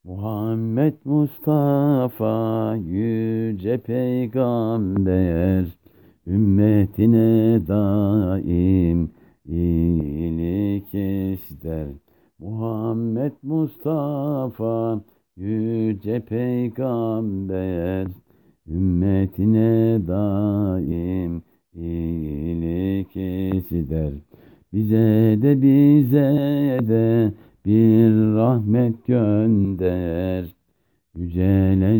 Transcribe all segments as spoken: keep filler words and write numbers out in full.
Muhammed Mustafa yüce peygamber ümmetine daim iyilik ister. Muhammed Mustafa yüce peygamber ümmetine daim iyilik ister. Bize de bize de bir rahmet gönder. Yüceler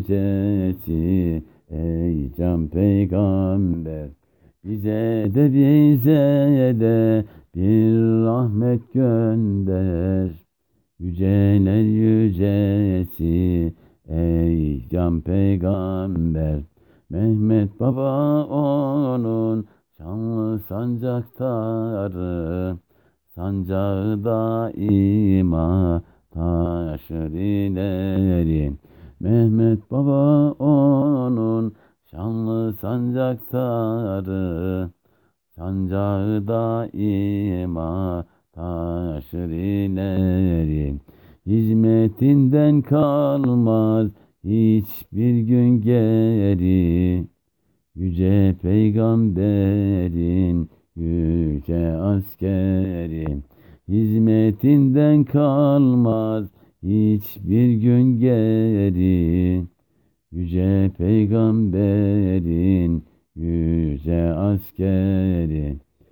yücesi ey can peygamber. Bize de bize de bir rahmet gönder. Yüceler yücesi ey can peygamber. Mehmet Baba onun şanlı sancaktarı, sancağı daima taşır ileri. Mehmet Baba onun şanlı sancaktarı, sancağı daima taşır ileri. Hizmetinden kalmaz hiçbir gün geri. Yüce peygamberin yüce askeri. Hizmetinden kalmaz hiçbir gün geri. Yüce peygamberin yüce askeri.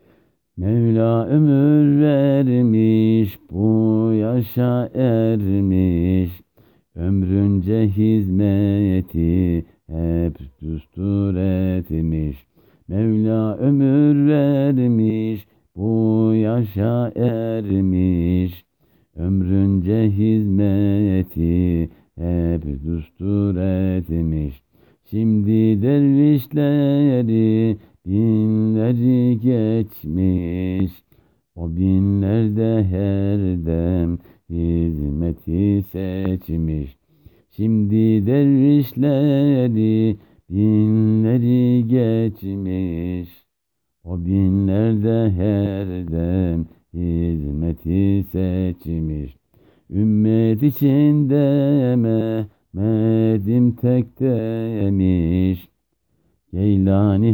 Mevla ömür vermiş, bu yaşa ermiş. Ömrünce hizmeti hep düstur etmiş. Mevla ömür vermiş, bu yaşa ermiş. Ömrünce hizmeti hep düstur etmiş. Şimdi dervişleri binleri geçmiş. O binlerde her dem hizmeti seçmiş. Şimdi dervişleri binleri geçmiş. O binlerde her dem hizmeti seçmiş. Ümmet içinde Mehmet'im tek demiş. Geylani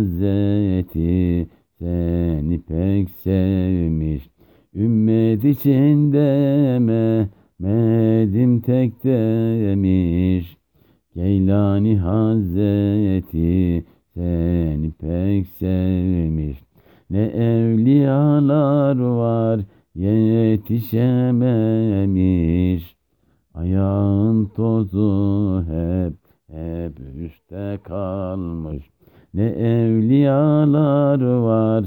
Hazreti seni pek sevmiş. Ümmet içinde Mehmet'im tek demiş. Geylani Hazreti seni pek sevmiş. Ne evliyalar var yetişememiş. Ayağın tozu hep hep üstte kalmış. Ne evliyalar var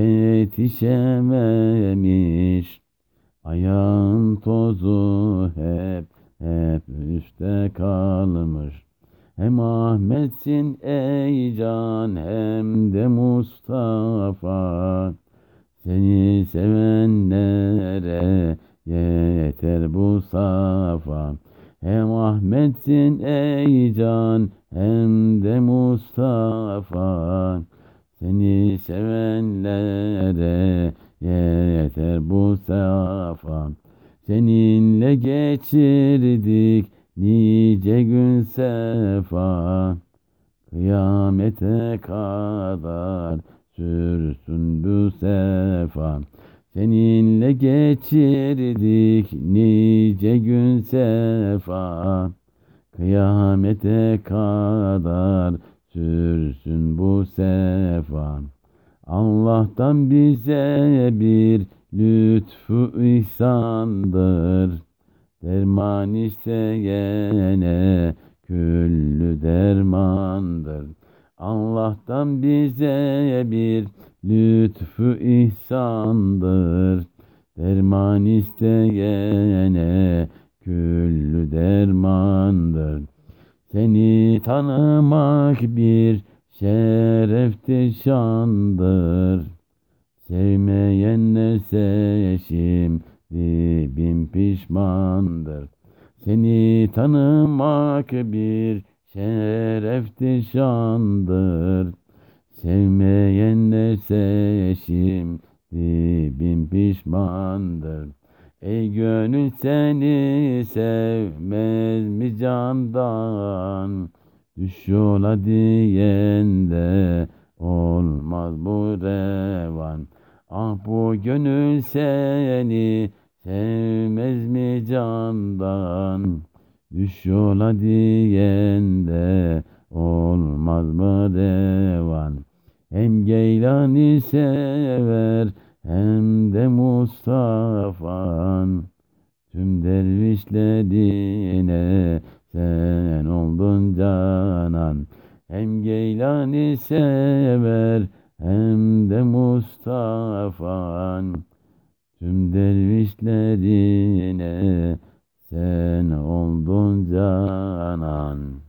yetişememiş. Ayağın tozu hep hep üstte kalmış. Hem Ahmet'sin ey can hem de Mustafa. Seni sevenlere yeter bu safa. Hem Ahmet'sin ey can hem de Mustafa. Seni sevenlere yeter bu safa. Seninle geçirdik nice gün sefa. Kıyamete kadar sürsün bu sefa. Seninle geçirdik nice gün sefa. Kıyamete kadar sürsün bu sefa. Allah'tan bize bir lütfu ihsandır. Derman isteyene küllü dermandır. Allah'tan bize bir lütfu ihsandır. Derman isteyene küllü dermandır. Seni tanımak bir şereftir, şandır. Sevmeyenlerse şimdi bin pişmandır. Seni tanımak bir şereftir, şandır. Sevmeyenlerse şimdi bin pişmandır. Ey gönül seni sevmez mi candan? Düş yola diyen de olmaz bu revan. Ah bu gönül seni sevmez mi candan? Düş yola diyen de olmaz mı revan? Hem Geylani sever hem de Mustafa'an. Tüm dervişlerine sen oldun canan. Hem Geylani sever hem de Mustafa'an. Tüm dervişlerine sen oldun canan.